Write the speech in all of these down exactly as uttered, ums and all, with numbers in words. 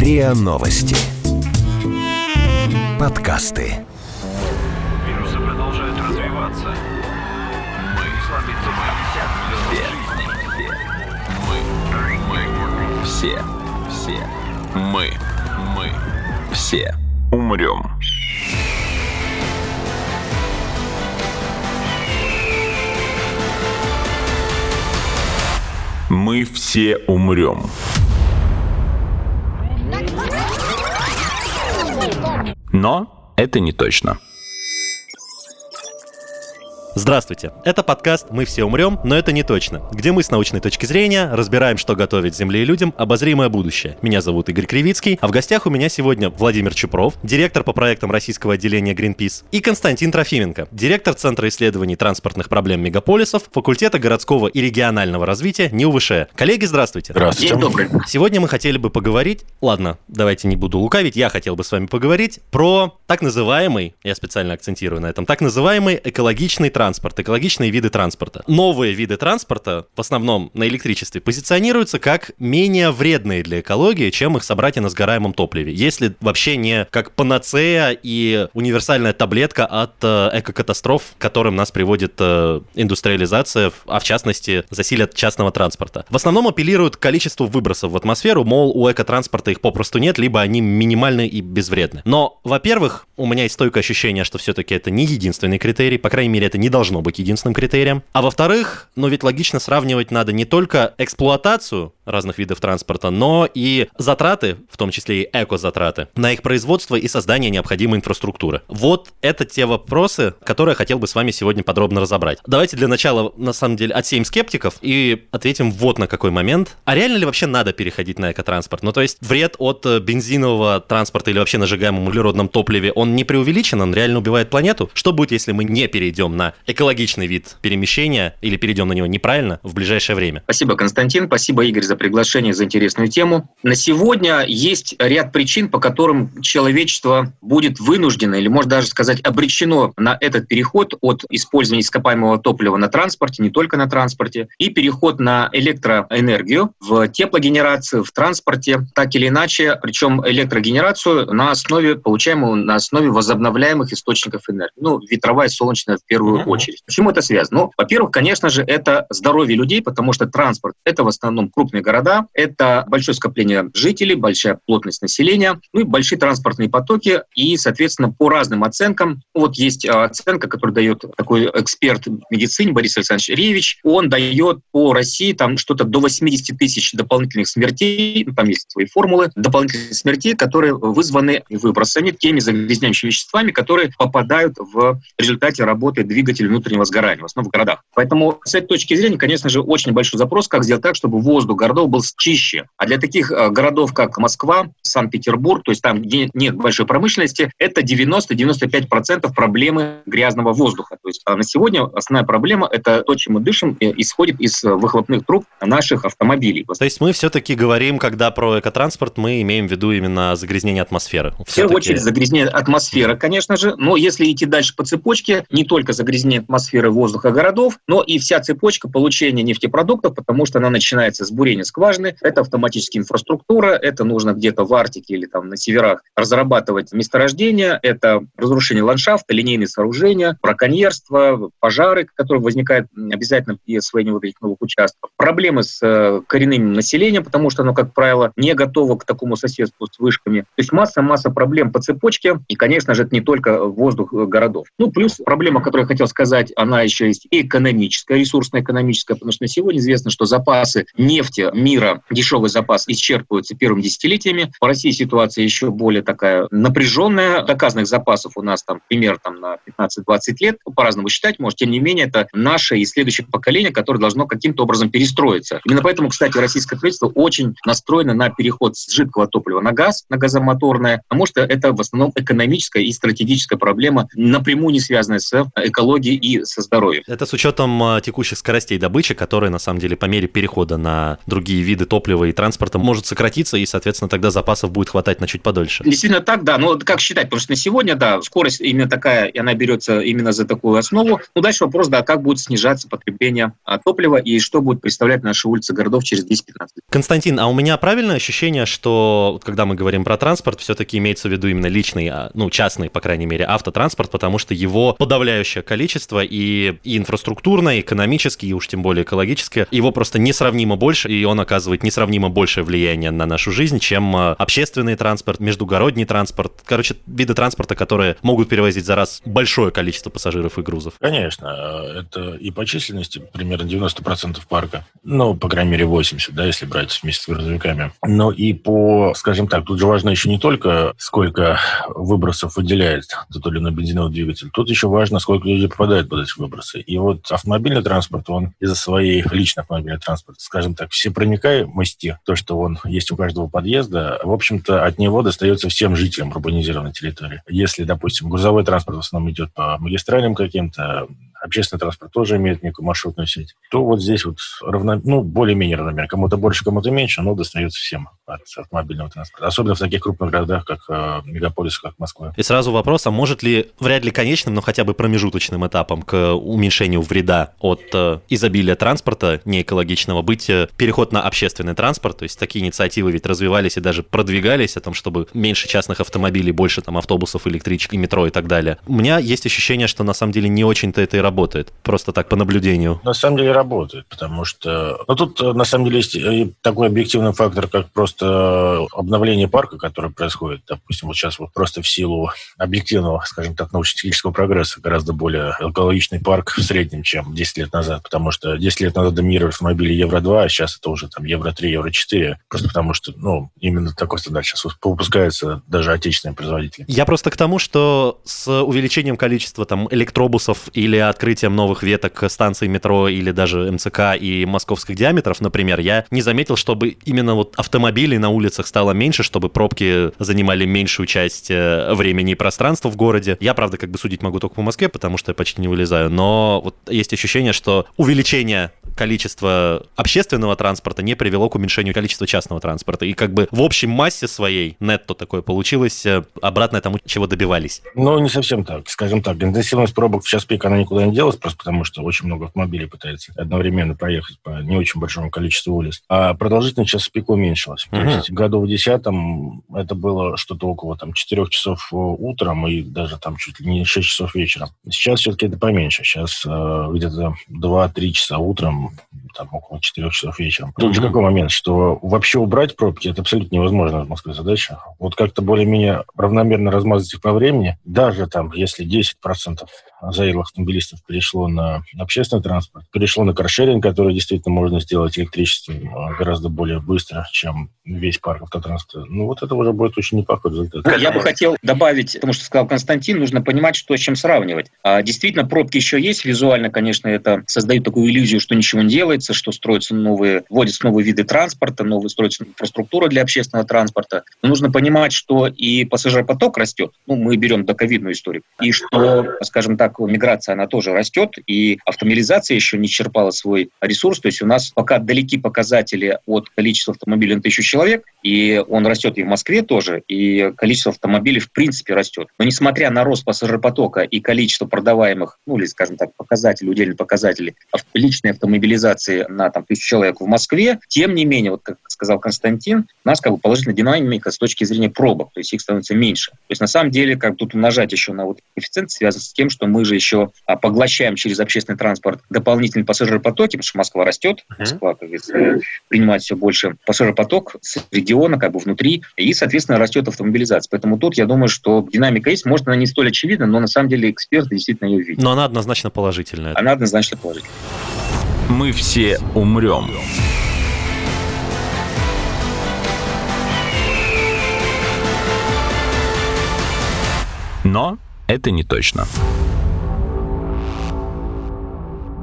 РИА Новости. Подкасты. Вирусы продолжают развиваться. Мы слабится мы. Все. Мы. Мы. Все. Мы. Мы. Все. Умрем. Мы все умрем. Но это не точно. Здравствуйте, это подкаст «Мы все умрем, но это не точно», где мы с научной точки зрения разбираем, что готовит Земле и людям обозримое будущее. Меня зовут Игорь Кривицкий, а в гостях у меня сегодня Владимир Чупров, директор по проектам российского отделения Greenpeace, и Константин Трофименко, директор Центра исследований транспортных проблем мегаполисов, факультета городского и регионального развития НИУ-ВШЭ. Коллеги, здравствуйте. Здравствуйте. День добрый. Сегодня мы хотели бы поговорить, ладно, давайте не буду лукавить, я хотел бы с вами поговорить про так называемый, я специально акцентирую на этом, так называемый экологичный транспорт. Транспорт, экологичные виды транспорта. Новые виды транспорта, в основном на электричестве, позиционируются как менее вредные для экологии, чем их собратья на сгораемом топливе. Если вообще не как панацея и универсальная таблетка от э, экокатастроф, к которым нас приводит э, индустриализация, а в частности засилие частного транспорта. В основном апеллируют к количеству выбросов в атмосферу, мол, у экотранспорта их попросту нет, либо они минимальны и безвредны. Но, во-первых, у меня есть стойкое ощущение, что все-таки это не единственный критерий, по крайней мере, это не должно быть единственным критерием. А во-вторых, ну ведь логично сравнивать надо не только эксплуатацию разных видов транспорта, но и затраты, в том числе и эко-затраты, на их производство и создание необходимой инфраструктуры. Вот это те вопросы, которые я хотел бы с вами сегодня подробно разобрать. Давайте для начала, на самом деле, отсеем скептиков и ответим вот на какой момент. А реально ли вообще надо переходить на экотранспорт? Ну то есть вред от бензинового транспорта или вообще на сжигаемом углеродном топливе, он не преувеличен, он реально убивает планету? Что будет, если мы не перейдем на экологичный вид перемещения или перейдем на него неправильно в ближайшее время? Спасибо, Константин. Спасибо, Игорь, за приглашение, за интересную тему. На сегодня есть ряд причин, по которым человечество будет вынуждено, или можно даже сказать, обречено на этот переход от использования ископаемого топлива на транспорте, не только на транспорте, и переход на электроэнергию в теплогенерацию, в транспорте, так или иначе, причем электрогенерацию на основе, получаемую на основе возобновляемых источников энергии. Ну, ветровая, солнечная в первую uh-huh. очередь. Почему это связано? Ну, во-первых, конечно же, это здоровье людей, потому что транспорт — это в основном крупные города, это большое скопление жителей, большая плотность населения, ну и большие транспортные потоки, и, соответственно, по разным оценкам, вот есть оценка, которую дает такой эксперт в медицине Борис Александрович Ревич, он дает по России там что-то до восемьдесят тысяч дополнительных смертей, ну, там есть свои формулы, дополнительных смертей, которые вызваны выбросами, теми загрязняющими веществами, которые попадают в результате работы двигателей внутреннего сгорания, в основном в городах. Поэтому с этой точки зрения, конечно же, очень большой запрос, как сделать так, чтобы воздух городов был чище. А для таких городов, как Москва, Санкт-Петербург, то есть там, где нет большой промышленности, это девяносто-девяносто пять процентов проблемы грязного воздуха. То есть на сегодня основная проблема — это то, чем мы дышим, исходит из выхлопных труб наших автомобилей. То есть мы все-таки говорим, когда про экотранспорт, мы имеем в виду именно загрязнение атмосферы. В первую очередь загрязнение атмосферы, конечно же, но если идти дальше по цепочке, не только загрязнение атмосферы воздуха городов, но и вся цепочка получения нефтепродуктов, потому что она начинается с бурения скважины, это автоматическая инфраструктура, это нужно где-то в Арктике или там на северах разрабатывать месторождения, это разрушение ландшафта, линейные сооружения, браконьерство, пожары, которые возникают обязательно при освоении вот этих новых участков, проблемы с коренным населением, потому что оно, как правило, не готово к такому соседству с вышками. То есть масса-масса проблем по цепочке, и, конечно же, это не только воздух городов. Ну, плюс проблема, которую я хотел сказать, она еще есть и экономическая, ресурсно-экономическая, потому что на сегодня известно, что запасы нефти мира, дешевый запас, исчерпываются первыми десятилетиями. В России ситуация еще более такая напряженная. Доказанных запасов у нас там пример там, на пятнадцать-двадцать лет. По-разному считать, может, тем не менее, это наше и следующее поколение, которое должно каким-то образом перестроиться. Именно поэтому, кстати, российское правительство очень настроено на переход с жидкого топлива на газ, на газомоторное, потому что это в основном экономическая и стратегическая проблема, напрямую не связанная с экологией люди и со здоровьем. Это с учетом текущих скоростей добычи, которые, на самом деле, по мере перехода на другие виды топлива и транспорта может сократиться, и, соответственно, тогда запасов будет хватать на чуть подольше. Действительно так, да. Но как считать? Потому что на сегодня, да, скорость именно такая, и она берется именно за такую основу. Ну, дальше вопрос, да, как будет снижаться потребление топлива и что будет представлять наши улицы городов через десять-пятнадцать лет. Константин, а у меня правильное ощущение, что, когда мы говорим про транспорт, все-таки имеется в виду именно личный, ну, частный, по крайней мере, автотранспорт, потому что его подавляющее количество и, и инфраструктурное, и экономическое, и уж тем более экологическое, его просто несравнимо больше, и он оказывает несравнимо большее влияние на нашу жизнь, чем общественный транспорт, междугородний транспорт, короче, виды транспорта, которые могут перевозить за раз большое количество пассажиров и грузов. Конечно, это и по численности примерно девяносто процентов парка, ну, по крайней мере, восемьдесят процентов, да, если брать вместе с грузовиками. Но и по, скажем так, тут же важно еще не только, сколько выбросов выделяет тот или иной бензиновый двигатель, тут еще важно, сколько людей попадает под эти выбросы. И вот автомобильный транспорт, он из-за своей личной автомобильной транспорта, скажем так, всепроникаемости, то, что он есть у каждого подъезда, в общем-то, от него достается всем жителям урбанизированной территории. Если, допустим, грузовой транспорт в основном идет по магистралям каким-то, общественный транспорт тоже имеет некую маршрутную сеть, то вот здесь вот равно, ну, более-менее равномерно. Кому-то больше, кому-то меньше, но достается всем от автомобильного транспорта. Особенно в таких крупных городах, как э, мегаполисах, как Москва. И сразу вопрос, а может ли, вряд ли конечным, но хотя бы промежуточным этапом к уменьшению вреда от э, изобилия транспорта неэкологичного быть э, переход на общественный транспорт? То есть такие инициативы ведь развивались и даже продвигались о том, чтобы меньше частных автомобилей, больше там автобусов, электричек и метро и так далее. У меня есть ощущение, что на самом деле не очень-то это и работает. Просто так по наблюдению. На самом деле работает, потому что... Ну, тут, на самом деле, есть и такой объективный фактор, как просто обновление парка, которое происходит, допустим, вот сейчас вот просто в силу объективного, скажем так, научно-технического прогресса гораздо более экологичный парк в среднем, чем десять лет назад, потому что десять лет назад доминировали автомобили евро два, а сейчас это уже там евро три, евро четыре, просто потому что, ну, именно такой стандарт сейчас выпускается даже отечественными производителями. Я просто к тому, что с увеличением количества там электробусов или открытием новых веток станций метро или даже эм цэ ка и московских диаметров, например, я не заметил, чтобы именно вот автомобилей на улицах стало меньше, чтобы пробки занимали меньшую часть времени и пространства в городе. Я, правда, как бы судить могу только по Москве, потому что я почти не вылезаю, но вот есть ощущение, что увеличение количества общественного транспорта не привело к уменьшению количества частного транспорта. И как бы в общей массе своей нетто такое получилось обратно тому, чего добивались. Ну, не совсем так. Скажем так, интенсивность пробок в час пик, она никуда не делась, просто потому что очень много автомобилей пытается одновременно проехать по не очень большому количеству улиц. А продолжительность час пик уменьшилась. Uh-huh. То есть году в десятом это было что-то около там четырех часов утром и даже там чуть ли не шесть часов вечером. Сейчас все-таки это поменьше. Сейчас э, где-то два-три часа утром, там около четырех часов вечером. Тут же какой момент, что вообще убрать пробки это абсолютно невозможно в Москве задача. Вот как-то более-менее равномерно размазать их по времени, даже там, если десять процентов заезжих автомобилистов перешло на общественный транспорт, перешло на каршеринг, который действительно можно сделать электричеством гораздо более быстро, чем весь парк автотранспорта. Ну, вот это уже будет очень неплохой результат. Я бы хотел добавить, потому что сказал Константин, нужно понимать, что с чем сравнивать. А, действительно, пробки еще есть. Визуально, конечно, это создает такую иллюзию, что ничего не делается, что строятся новые, вводятся новые виды транспорта, новые строится инфраструктура для общественного транспорта. Но нужно понимать, что и пассажиропоток растет. Ну, мы берем доковидную историю. И что, скажем так, миграция, она тоже растет, и автомобилизация еще не черпала свой ресурс. То есть у нас пока далеки показатели от количества автомобилей на тысячу человек, и он растет и в Москве тоже, и количество автомобилей в принципе растет. Но несмотря на рост пассажиропотока и количество продаваемых, ну или, скажем так, показателей, удельных показателей личной автомобилизации на там, тысячу человек в Москве, тем не менее, вот как сказал Константин, у нас как бы положительная динамика с точки зрения пробок, то есть их становится меньше. То есть на самом деле, как тут умножать еще на вот коэффициент связан с тем, что мы же еще а, поглощаем через общественный транспорт дополнительные пассажиропотоки, потому что Москва растет, Москва, как говорится, принимает все больше пассажиропоток с региона, как бы внутри, и, соответственно, растет автомобилизация. Поэтому тут, я думаю, что динамика есть, может, она не столь очевидна, но на самом деле эксперты действительно ее видят. Но она однозначно положительная. Она однозначно положительная. Мы все умрем. Но это не точно.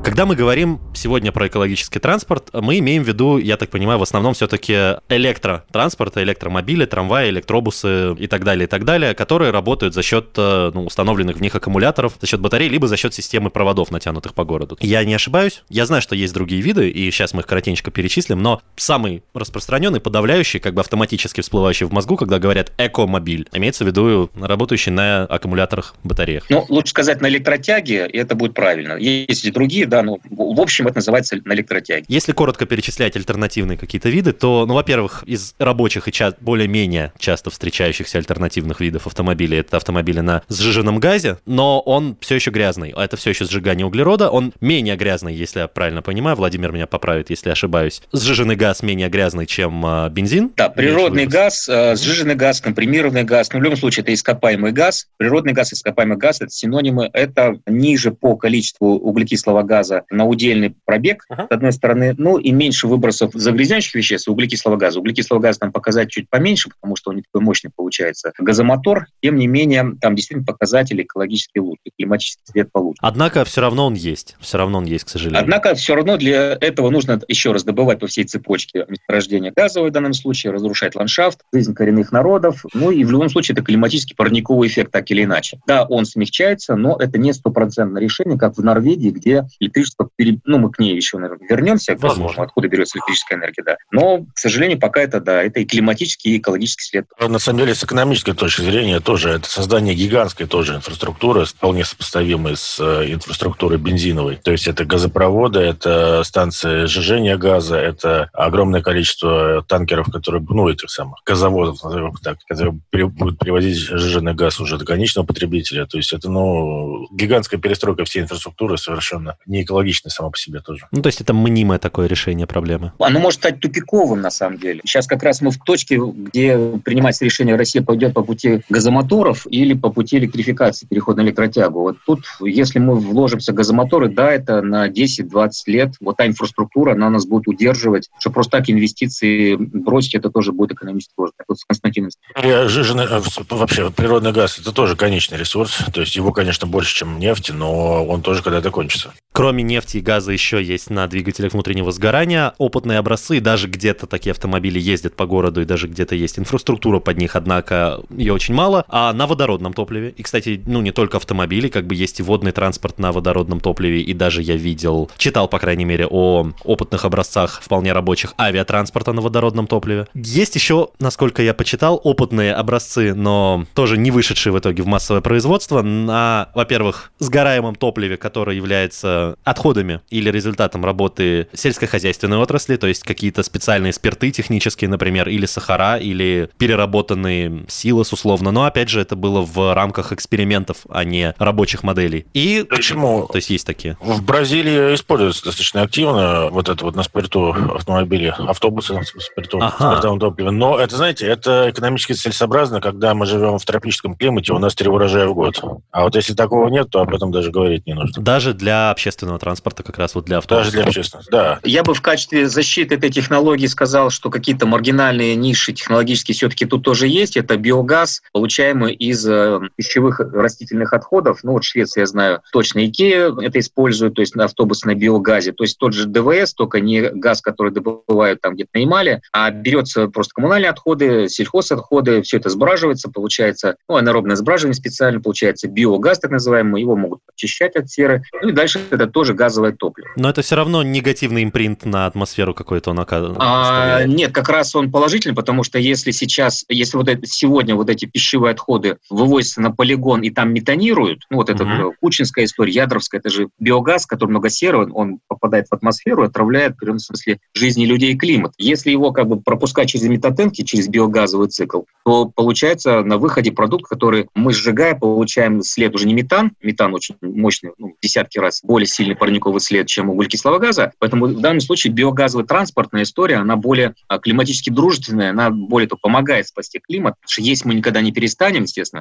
Когда мы говорим сегодня про экологический транспорт, мы имеем в виду, я так понимаю, в основном все-таки электротранспорт, электромобили, трамваи, электробусы и так далее, и так далее, которые работают за счет ну, установленных в них аккумуляторов, за счет батарей, либо за счет системы проводов, натянутых по городу. Я не ошибаюсь? Я знаю, что есть другие виды, и сейчас мы их коротенько перечислим, но самый распространенный, подавляющий, как бы автоматически всплывающий в мозгу, когда говорят «экомобиль», имеется в виду работающий на аккумуляторах, батареях. Ну, лучше сказать на электротяге, и это будет правильно. Есть и другие, да, но в общем это называется на электротяге. Если коротко перечислять альтернативные какие-то виды, то, ну, во-первых, из рабочих и ча- более-менее часто встречающихся альтернативных видов автомобилей это автомобили на сжиженном газе, но он все еще грязный, а это все еще сжигание углерода, он менее грязный, если я правильно понимаю, Владимир меня поправит, если я ошибаюсь. Сжиженный газ менее грязный, чем э, бензин. Да, природный газ, э, сжиженный газ, компримированный газ, ну, в любом случае это ископаемый газ, природный газ, ископаемый газ, это синонимы, это ниже по количеству углекислого газа на удельный пробег, uh-huh. с одной стороны, ну и меньше выбросов загрязняющих веществ углекислого газа. Углекислого газа там показать чуть поменьше, потому что он не такой мощный получается. Газомотор, тем не менее, там действительно показатели экологически лучше, климатический след получше. Однако все равно он есть, все равно он есть, к сожалению. Однако все равно для этого нужно еще раз добывать по всей цепочке месторождения газовое в данном случае, разрушать ландшафт, жизнь коренных народов, ну и в любом случае это климатический парниковый эффект, так или иначе. Да, он смягчается, но это не стопроцентное решение, как в Норвегии, где электричество, пере... ну мы к ней еще, наверное, вернемся, возможно, откуда берется электрическая энергия, да. Но, к сожалению, пока это, да, это и климатический, и экологический след. На самом деле, с экономической точки зрения тоже это создание гигантской тоже инфраструктуры, вполне сопоставимой с инфраструктурой бензиновой. То есть это газопроводы, это станции сжижения газа, это огромное количество танкеров, которые, ну, этих самых газовозов, назовем так, которые будут привозить сжиженный газ уже до конечного потребителя. То есть это, ну, гигантская перестройка всей инфраструктуры совершенно не экологичная сама по себе тоже. Ну, то есть это мнимое такое решение проблемы. Оно может стать тупиковым, на самом деле. Сейчас как раз мы в точке, где принимать решение, Россия пойдет по пути газомоторов или по пути электрификации, перехода на электротягу. Вот тут, если мы вложимся в газомоторы, да, это на десять-двадцать лет. Вот та инфраструктура, она нас будет удерживать, что просто так инвестиции бросить, это тоже будет экономически сложно. Вот Константин. Жиженый, вообще, природный газ, это тоже конечный ресурс. То есть его, конечно, больше, чем нефть, но он тоже когда-то кончится. Кроме нефти и газа еще есть на двигателях внутреннего сгорания опытные образцы, и даже где-то такие автомобили ездят по городу, и даже где-то есть инфраструктура под них, однако ее очень мало, а на водородном топливе. И, кстати, ну не только автомобили, как бы есть и водный транспорт на водородном топливе, и даже я видел, читал, по крайней мере, о опытных образцах вполне рабочих авиатранспорта на водородном топливе. Есть еще, насколько я почитал, опытные образцы, но тоже не вышедшие в итоге в массовое производство, на, во-первых, сгораемом топливе, которое является отходами или результатом работы сельскохозяйственной отрасли, то есть какие-то специальные спирты технические, например, или сахара, или переработанный силос условно, но опять же это было в рамках экспериментов, а не рабочих моделей. И почему? То есть есть такие. В Бразилии используется достаточно активно вот это вот на спирту автомобили, автобусы на спирту, ага. спиртовом топливе. Но это, знаете, это экономически целесообразно, когда мы живем в тропическом климате, у нас три урожая в год. А вот если такого нет, то об этом даже говорить не нужно. Даже для общественного транспорта, как раз вот для автобусов. Даже для общественного, да. Я бы в качестве защиты этой технологии сказал, что какие-то маргинальные ниши технологические все-таки тут тоже есть. Это биогаз, получаемый из э, пищевых растительных отходов. Ну вот в Швеции, я знаю, точно Икея это использует, то есть на автобусы на биогазе. То есть тот же ДВС, только не газ, который добывают там где-то на Ямале, а берется просто коммунальные отходы, сельхозотходы, все это сбраживается, получается, ну, анаэробное сбраживание специально, получается биогаз, так называемый, его могут очищать от серы. Ну и дальше это тоже газовое топливо. Но это все равно негативный импринт на атмосферу какой-то он оказывает. А, нет, как раз он положительный, потому что если сейчас, если вот это, сегодня вот эти пищевые отходы вывозятся на полигон и там метанируют, ну вот это mm-hmm. Кучинская история, Ядровская, это же биогаз, который много серы, он, он попадает в атмосферу и отравляет, в прямом смысле, жизни людей и климат. Если его как бы пропускать через метатенки, через биогазовый цикл, то получается на выходе продукт, который мы сжигая, получаем след уже не метан, метан очень мощный, ну, в десятки раз более сильный парниковый след, чем углекислого газа, поэтому в данном случае биогазовая транспортная история, она более климатически дружественная, она более того помогает спасти климат, потому что есть мы никогда не перестанем, естественно,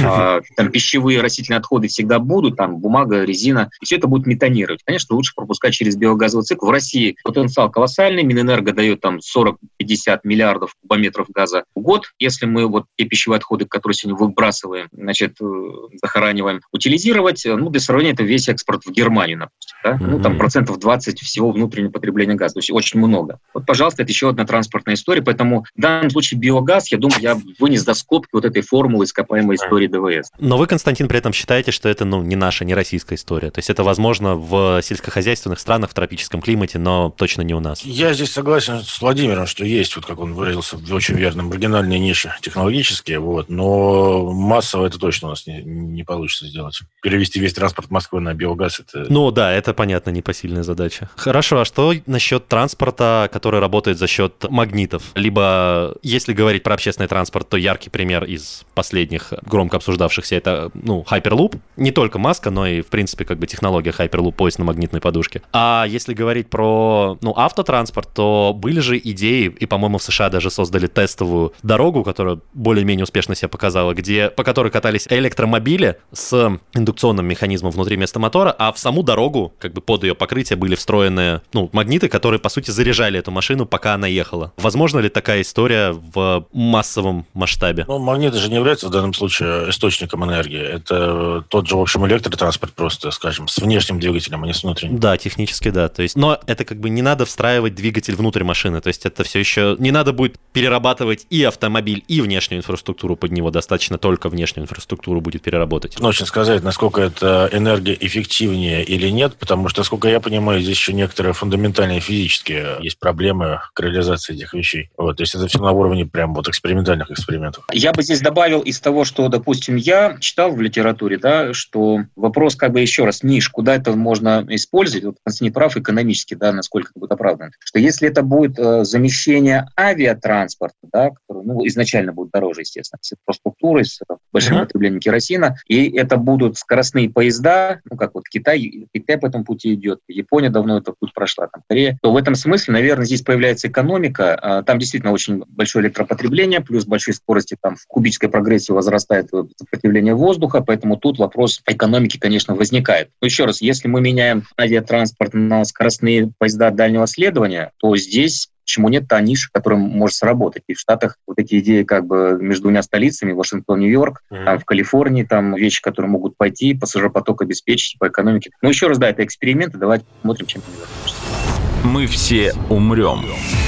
там пищевые растительные отходы всегда будут, там бумага, резина, и все это будет метанировать. Конечно, лучше пропускать через биогазовый цикл. В России потенциал колоссальный, Минэнерго дает там сорок-пятьдесят миллиардов кубометров газа в год. Если мы вот те пищевые отходы, которые сегодня выбрасываем, значит, захораниваем, утилизировать, ну, для сравнения, это весь экспорт в Германию, допустим, да? Mm-hmm. Ну, там процентов двадцать всего внутреннего потребления газа, то есть очень много. Вот, пожалуйста, это еще одна транспортная история, поэтому в данном случае биогаз, я думаю, я вынес за скобки вот этой формулы ископаемой истории ДВС. Но вы, Константин, при этом считаете, что это, ну, не наша, не российская история. То есть это возможно в сельскохозяйственных странах, в тропическом климате, но точно не у нас. Я здесь согласен с Владимиром, что есть, вот как он выразился, очень верно, маргинальные ниши технологические, вот, но массово это точно у нас не, не получится сделать. Перевести весь транспорт Москвы на биогаз, это... Ну да, это, понятно, непосильная задача. Хорошо, а что насчет транспорта, который работает за счет магнитов? Либо, если говорить про общественный транспорт, то яркий пример из последних громко обсуждавшихся, это, ну, Hyperloop. Не только маска, но и, в принципе, как бы технология Hyperloop, поезд на магнитной подушке. А если говорить про, ну, автотранспорт, то были же идеи, и, по-моему, в США даже создали тестовую дорогу, которая более-менее успешно себя показала, где, по которой катались электромобили с индукционным механизмом внутри вместо мотора, а в саму дорогу, как бы под ее покрытие, были встроены, ну, магниты, которые, по сути, заряжали эту машину, пока она ехала. Возможно ли такая история в массовом масштабе? Ну, магниты же не являются в данном случае источником энергии. Это тот же, в общем, электротранспорт просто, скажем, с внешним двигателем, а не с внутренним. Да, технически, да. То есть, но это как бы не надо встраивать двигатель внутрь машины. То есть это все еще... Не надо будет перерабатывать и автомобиль, и внешнюю инфраструктуру под него. Достаточно только внешнюю инфраструктуру будет переработать. Трудно очень сказать, насколько это энергия эффективнее или нет, потому что, насколько я понимаю, здесь еще некоторые фундаментальные физические есть проблемы к реализации этих вещей. Вот, то есть это все на уровне прям вот экспериментальных экспериментов. Я бы здесь добавил из того, что, допустим, я читал в литературе, да, что вопрос как бы еще раз ниш, куда это можно использовать, вот Константин прав экономически, да, насколько это будет оправдано, что если это будет э, замещение авиатранспорта, да, который, ну, изначально будет дороже, естественно, с инфраструктурой, с э, большим uh-huh. потреблением керосина, и это будут скоростные поезда, ну, как вот Китай, Китай по этому пути идет, Япония давно этот путь прошла, там, Корея, то в этом смысле, наверное, здесь появляется экономика, э, там действительно очень большое электропотребление, плюс большие скорости, там, в кубической прогрессии возрастает сопротивление воздуха, поэтому тут вопрос экономики, конечно, возникает. Но еще раз, если мы меняем авиатранспорт на скоростные поезда дальнего следования, то здесь почему нет та ниша, которая может сработать. И в Штатах вот эти идеи как бы между двумя столицами, Вашингтон, Нью-Йорк, mm-hmm. там в Калифорнии, там вещи, которые могут пойти, пассажиропоток обеспечить по экономике. Но еще раз, да, это эксперименты, давайте посмотрим, чем это закончится. Мы все умрем.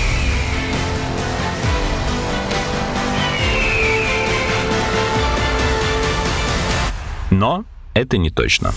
Но это не точно.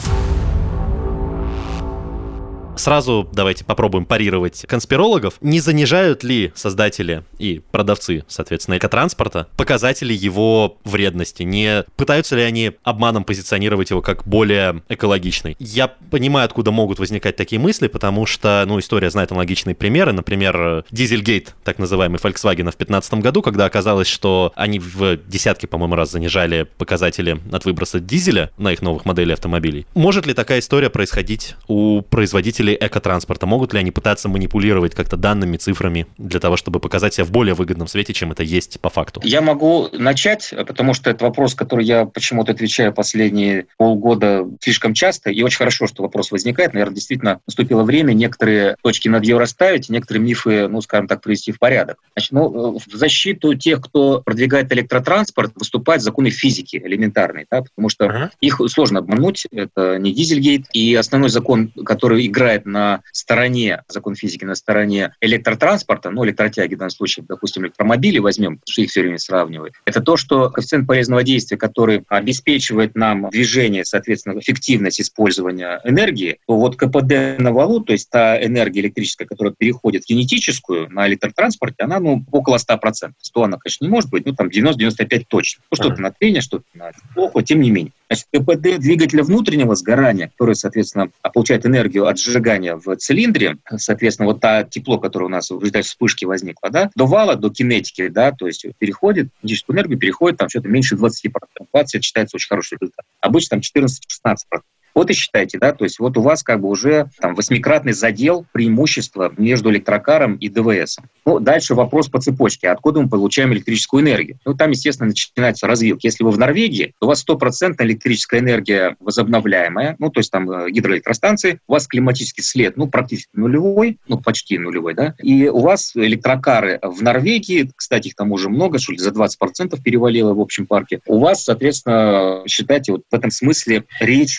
Сразу давайте попробуем парировать конспирологов. Не занижают ли создатели и продавцы, соответственно, экотранспорта показатели его вредности? Не пытаются ли они обманом позиционировать его как более экологичный? Я понимаю, откуда могут возникать такие мысли, потому что, ну, история знает аналогичные примеры. Например, Дизельгейт, так называемый Volkswagen в две тысячи пятнадцатом году, когда оказалось, что они в десятки, по-моему, раз занижали показатели от выброса дизеля на их новых моделей автомобилей. Может ли такая история происходить у производителей экотранспорта? Могут ли они пытаться манипулировать как-то данными, цифрами для того, чтобы показать себя в более выгодном свете, чем это есть по факту? Я могу начать, потому что это вопрос, который я почему-то отвечаю последние полгода слишком часто, и очень хорошо, что вопрос возникает. Наверное, действительно наступило время некоторые точки над «и» расставить, некоторые мифы, ну, скажем так, привести в порядок. Значит, ну, в защиту тех, кто продвигает электротранспорт, выступают законы физики элементарные, да, потому что uh-huh. их сложно обмануть, это не Дизельгейт, и основной закон, который играет на стороне, закон физики, на стороне электротранспорта, ну, электротяги в данном случае, допустим, электромобили возьмем, потому что их все время сравнивают, это то, что коэффициент полезного действия, который обеспечивает нам движение, соответственно, эффективность использования энергии, то вот КПД на валу, то есть та энергия электрическая, которая переходит в кинетическую на электротранспорте, она, ну, около ста процентов. сто она, конечно, не может быть, ну, там девяносто-девяносто пять точно. Ну, что-то на трение, что-то на тепло, тем не менее. Значит, КПД двигателя внутреннего сгорания, который, соответственно, получает энергию от сжигания в цилиндре, соответственно, вот та тепло, которое у нас в результате вспышки возникло, да, до вала, до кинетики, да, то есть переходит, кинетическую энергию переходит там что-то меньше двадцати процентов. двадцать считается очень хороший результат. Обычно там четырнадцать-шестнадцать процентов. Вот и считайте, да, то есть вот у вас как бы уже там восьмикратный задел преимущества между электрокаром и ДВСом. Ну, дальше вопрос по цепочке. Откуда мы получаем электрическую энергию? Ну, там, естественно, начинается развилка. Если вы в Норвегии, то у вас стопроцентная электрическая энергия возобновляемая, ну, то есть там гидроэлектростанции, у вас климатический след, ну, практически нулевой, ну, почти нулевой, да, и у вас электрокары в Норвегии, кстати, их там уже много, что ли, за двадцать процентов перевалило в общем парке, у вас, соответственно, считайте, вот в этом смысле речи о какой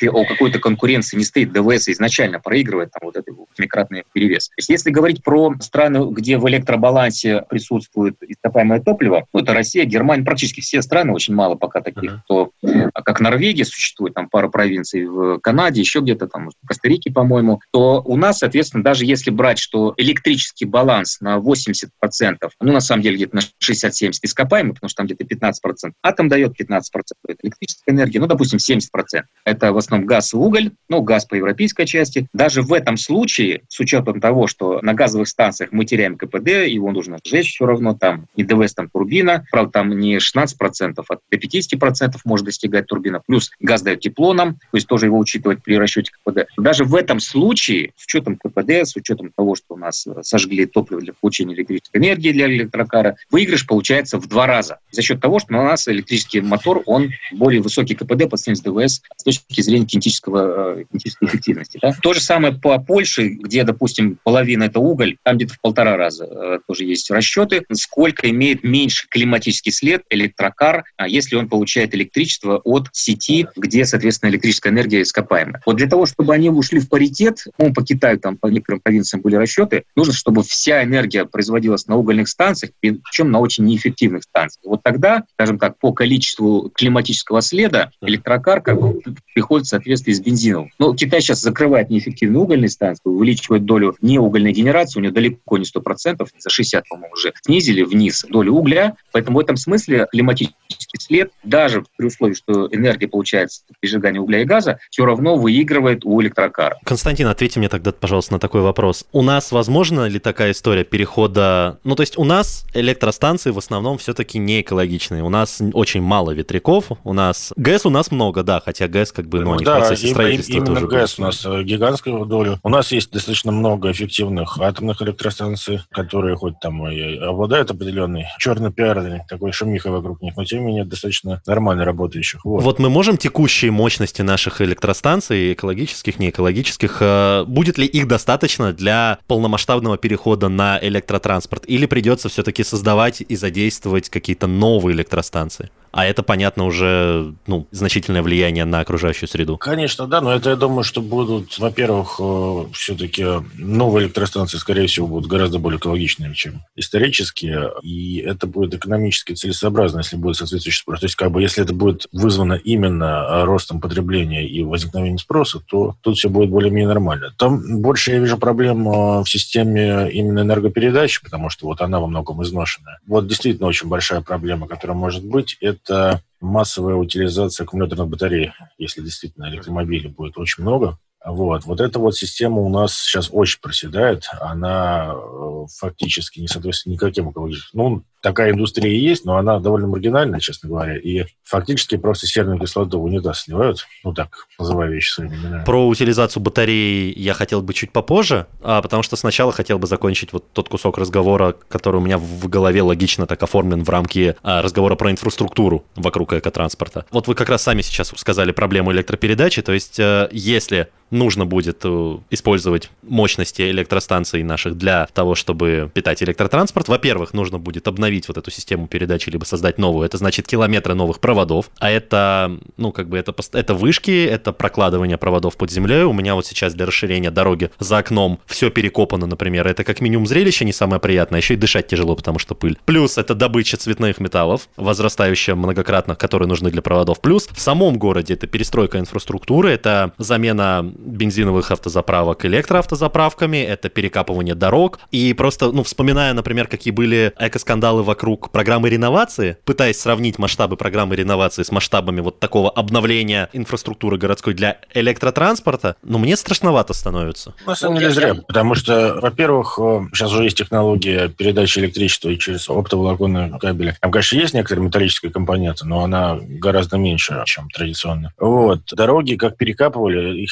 какой-то конкуренции не стоит, ДВС изначально проигрывает там вот этот восьмикратный перевес. То есть если говорить про страны, где в электробалансе присутствует ископаемое топливо, ну, это Россия, Германия, практически все страны, очень мало пока таких, uh-huh. то, как Норвегия существует, там пара провинций в Канаде, еще где-то там, в Коста-Рике, по-моему, то у нас, соответственно, даже если брать, что электрический баланс на восемьдесят процентов, ну, на самом деле, где-то на шестьдесят-семьдесят ископаемый, потому что там где-то пятнадцать процентов атом дает, пятнадцать процентов электрической энергии, ну, допустим, семьдесят процентов. Это в основном газ и уголь, ну, газ по европейской части. Даже в этом случае, с учетом того, что на газовых станциях мы теряем КПД, его нужно сжечь все равно, там не ДВС, там турбина, правда, там не шестнадцать процентов, а до пятьдесят процентов может достигать турбина, плюс газ дает тепло нам, то есть тоже его учитывать при расчете КПД. Даже в этом случае, с учетом КПД, с учетом того, что у нас сожгли топливо для получения электрической энергии для электрокара, выигрыш получается в два раза. За счет того, что у нас электрический мотор, он более высокий КПД по сравнению с ДВС с точки зрения кинетического, кинетической эффективности. Да? То же самое по Польше, где, допустим, половина это уголь, там где-то в полтора раза э, тоже есть расчеты, сколько имеет меньше климатический след электрокар, если он получает электричество от сети, где, соответственно, электрическая энергия ископаемая. Вот для того, чтобы они ушли в паритет, ну, по Китаю, там, по некоторым провинциям были расчеты, нужно, чтобы вся энергия производилась на угольных станциях, причем на очень неэффективных станциях. Вот тогда, скажем так, по количеству климатического следа электрокар как бы приходит в соответствии с бензином. Но Китай сейчас закрывает неэффективные угольные станции, увеличивает долю неугольной генерации, у него далеко не сто процентов, за шестьдесят, по-моему, уже снизили вниз долю угля, поэтому в этом смысле климатический след, даже при условии, что энергия получается при сжигании угля и газа, все равно выигрывает у электрокара. Константин, ответьте мне тогда, пожалуйста, на такой вопрос. У нас возможна ли такая история перехода... Ну, то есть у нас электростанции в основном все-таки не экологичные. У нас очень мало ветряков, у нас... ГЭС у нас много, да, хотя ГЭС как бы, ну, они да, в процессе строительства именно тоже... ГЭС у нас гигантскую долю. У нас есть достаточно много эффективных атомных электростанций, которые хоть там и обладают определенной черной пиарной такой шумихой вокруг них, но тем не менее достаточно нормально работающих. Вот. Вот мы можем текущие мощности наших электростанций, экологических, неэкологических, будет ли их достаточно для полномасштабного перехода на электротранспорт? Или придется все-таки создавать и задействовать какие-то новые электростанции? А это, понятно, уже ну, значительное влияние на окружающую среду. Конечно, да, но это, я думаю, что будут, во-первых, все-таки новые электростанции, скорее всего, будут гораздо более экологичными, чем исторические, и это будет экономически целесообразно, если будет соответствующий спрос. То есть, как бы, если это будет вызвано именно ростом потребления и возникновением спроса, то тут все будет более-менее нормально. Там больше я вижу проблем в системе именно энергопередачи, потому что вот она во многом изношенная. Вот действительно очень большая проблема, которая может быть, это это массовая утилизация аккумуляторных батарей, если действительно электромобилей будет очень много. Вот. вот эта вот система у нас сейчас очень проседает. Она фактически не соответствует никаким экологическим... Ну, такая индустрия есть, но она довольно маргинальная, честно говоря. И фактически просто серную кислоту в унитаз сливают. Ну так, называя вещи своими именами. Про утилизацию батарей я хотел бы чуть попозже, а, потому что сначала хотел бы закончить вот тот кусок разговора, который у меня в голове логично так оформлен в рамке а, разговора про инфраструктуру вокруг экотранспорта. Вот вы как раз сами сейчас сказали проблему электропередачи, то есть а, если нужно будет использовать мощности электростанций наших для того, чтобы питать электротранспорт, во-первых, нужно будет обновить вот эту систему передачи, либо создать новую. Это значит километры новых проводов, а это, ну, как бы, это, это вышки, это прокладывание проводов под землей. У меня вот сейчас для расширения дороги за окном все перекопано, например. Это как минимум зрелище не самое приятное, еще и дышать тяжело, потому что пыль. Плюс это добыча цветных металлов, возрастающая многократно, которые нужны для проводов. Плюс в самом городе это перестройка инфраструктуры, это замена бензиновых автозаправок электроавтозаправками, это перекапывание дорог. И просто, ну, вспоминая, например, какие были экоскандалы вокруг программы реновации, пытаясь сравнить масштабы программы реновации с масштабами вот такого обновления инфраструктуры городской для электротранспорта, ну, мне страшновато становится. На самом деле зря, потому что, во-первых, сейчас уже есть технология передачи электричества и через оптоволоконные кабели. Там, конечно, есть некоторые металлические компоненты, но она гораздо меньше, чем традиционно. Вот. Дороги как перекапывали, их и будут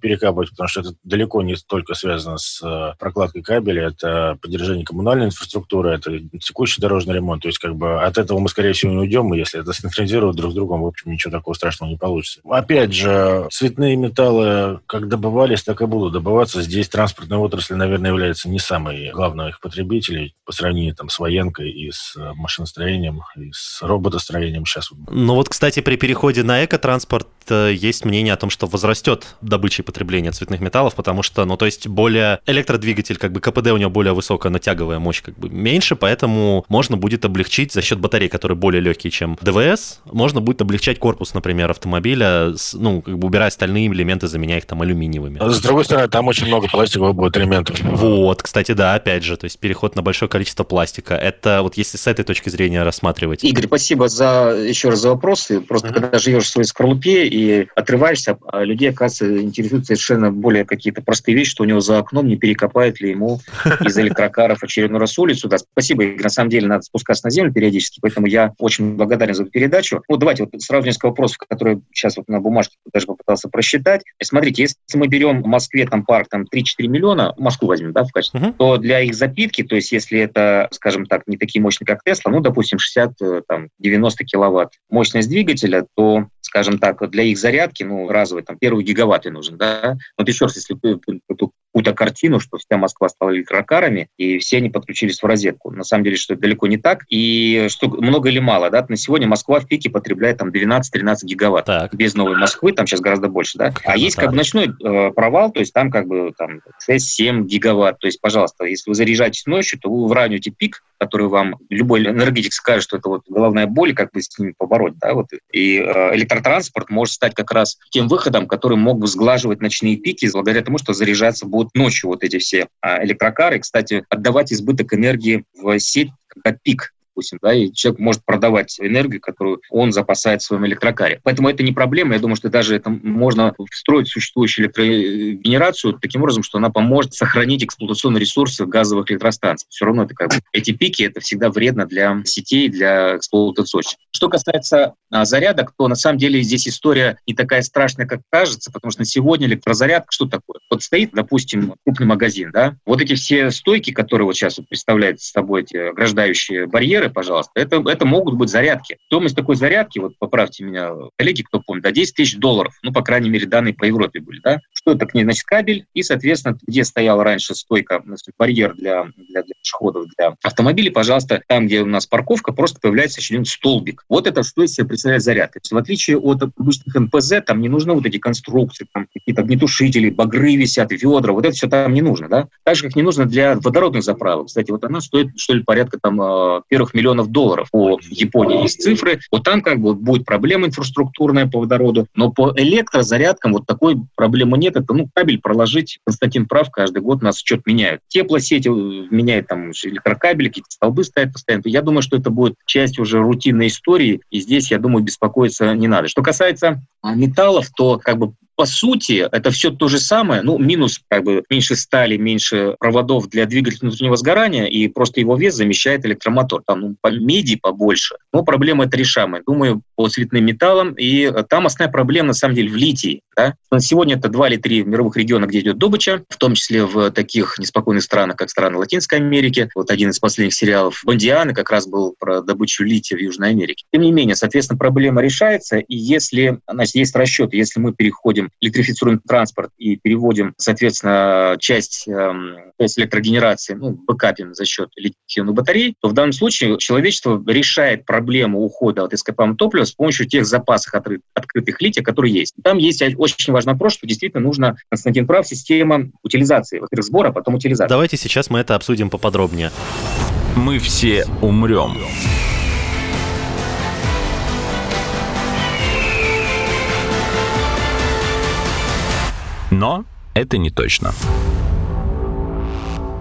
перекапывать, потому что это далеко не столько связано с прокладкой кабеля, это поддержание коммунальной инфраструктуры, это текущий дорожный ремонт. То есть, как бы от этого мы, скорее всего, не уйдем, и если это синхронизировать друг с другом, в общем, ничего такого страшного не получится. Опять же, цветные металлы как добывались, так и будут добываться. Здесь транспортная отрасль, наверное, является не самой главной их потребителей по сравнению там, с военкой и с машиностроением, и с роботостроением сейчас. Ну вот, кстати, при переходе на экотранспорт есть мнение о том, что возрастет добыча и потребление цветных металлов, потому что, ну, то есть более электродвигатель, как бы КПД у него более высокая, но тяговая мощь как бы меньше, поэтому можно будет облегчить за счет батарей, которые более легкие, чем ДВС, можно будет облегчать корпус, например, автомобиля, ну, как бы убирая стальные элементы, заменяя их там алюминиевыми. С другой стороны, там очень много пластиковых будет элементов. Вот, кстати, да, опять же, то есть переход на большое количество пластика. Это вот если с этой точки зрения рассматривать. Игорь, спасибо за еще раз за вопросы. Просто mm-hmm. когда живешь в своей скорлупе и отрываешься, а людей, оказывается, интересуют совершенно более какие-то простые вещи, что у него за окном не перекопает ли ему из электрокаров очередной раз улицу. Да, спасибо, Игорь. На самом деле надо спускаться на землю периодически, поэтому я очень благодарен за эту передачу. Вот давайте вот сразу несколько вопросов, которые сейчас вот на бумажке даже попытался просчитать. Смотрите, если мы берем в Москве там парк там три-четыре миллиона, Москву возьмем, да, в качестве, uh-huh. то для их запитки, то есть если это, скажем так, не такие мощные, как Тесла, ну, допустим, шестьдесят-девяносто киловатт мощность двигателя, то, скажем так, для их зарядки, ну, разовый, там, первый гигаватт нужен, да. Вот еще раз, если эту какую-то картину, что вся Москва стала электрокарами, и все они подключились в розетку. На самом деле, что это далеко не так. И что много или мало, да, на сегодня Москва в пике потребляет там двенадцать-тринадцать гигаватт. Так. Без Новой Москвы, там сейчас гораздо больше, да. А есть как бы ночной э, провал, то есть там как бы там шесть-семь гигаватт. То есть, пожалуйста, если вы заряжаетесь ночью, то вы выравниваете пик, который вам любой энергетик скажет, что это вот головная боль, как бы с ними побороть, да, вот. И э, электротранспорт может стать как раз тем выходом, который мог бы сглаживать ночные пики, благодаря тому, что заряжаться будут ночью вот эти все э, электрокары. Кстати, отдавать избыток энергии в сеть, когда пик, допустим, да, и человек может продавать энергию, которую он запасает в своем электрокаре. Поэтому это не проблема. Я думаю, что даже это можно встроить в существующую электрогенерацию таким образом, что она поможет сохранить эксплуатационные ресурсы газовых электростанций. Все равно это как бы, эти пики, это всегда вредно для сетей, для эксплуатации. Что касается а, зарядок, то на самом деле здесь история не такая страшная, как кажется, потому что на сегодня электрозарядка что такое? Вот стоит, допустим, крупный магазин, да, вот эти все стойки, которые вот сейчас вот представляют с собой эти ограждающие барьеры, пожалуйста, это, это могут быть зарядки. Стоимость такой зарядки, вот поправьте меня, коллеги, кто помнит, да, десять тысяч долларов, ну, по крайней мере, данные по Европе были, да. Что это к ней? Значит, кабель и, соответственно, где стояла раньше стойка, значит, барьер для, для, для пешеходов, для автомобилей, пожалуйста, там, где у нас парковка, просто появляется еще один столбик. Вот это что из себя представляет зарядка. То есть, в отличие от обычных эн пэ зэ, там не нужны вот эти конструкции, там какие-то огнетушители, багры висят, ведра, вот это все там не нужно, да. Так же, как не нужно для водородных заправок. Кстати, вот она стоит, что ли, порядка там первых миллионов долларов по Японии есть цифры. Вот там как бы будет проблема инфраструктурная по водороду, но по электрозарядкам вот такой проблемы нет. Это, ну, кабель проложить, Константин прав, каждый год нас что-то меняют. Теплосети меняют, там электрокабели, какие-то столбы ставят постоянно. Я думаю, что это будет часть уже рутинной истории, и здесь, я думаю, беспокоиться не надо. Что касается металлов, то как бы по сути, это все то же самое, ну, минус как бы меньше стали, меньше проводов для двигателя внутреннего сгорания, и просто его вес замещает электромотор. Там, ну, по меди побольше, но проблема это решаемая. Думаю, по цветным металлам, и там основная проблема, на самом деле, в литии. Да? Сегодня это два или три мировых региона, где идет добыча, в том числе в таких неспокойных странах, как страны Латинской Америки. Вот один из последних сериалов «Бондианы» как раз был про добычу лития в Южной Америке. Тем не менее, соответственно, проблема решается, и если, значит, есть расчеты, если мы переходим, электрифицируем транспорт и переводим, соответственно, часть, эм, часть электрогенерации, ну, бэкапим за счет литий-ионных батарей, то в данном случае человечество решает проблему ухода от ископаемого топлива с помощью тех запасов откры- открытых лития, которые есть. Там есть очень важный вопрос, что действительно нужна, Константин прав, система утилизации, во-первых, сбора, а потом утилизации. Давайте сейчас мы это обсудим поподробнее. Мы все умрем. Но это не точно.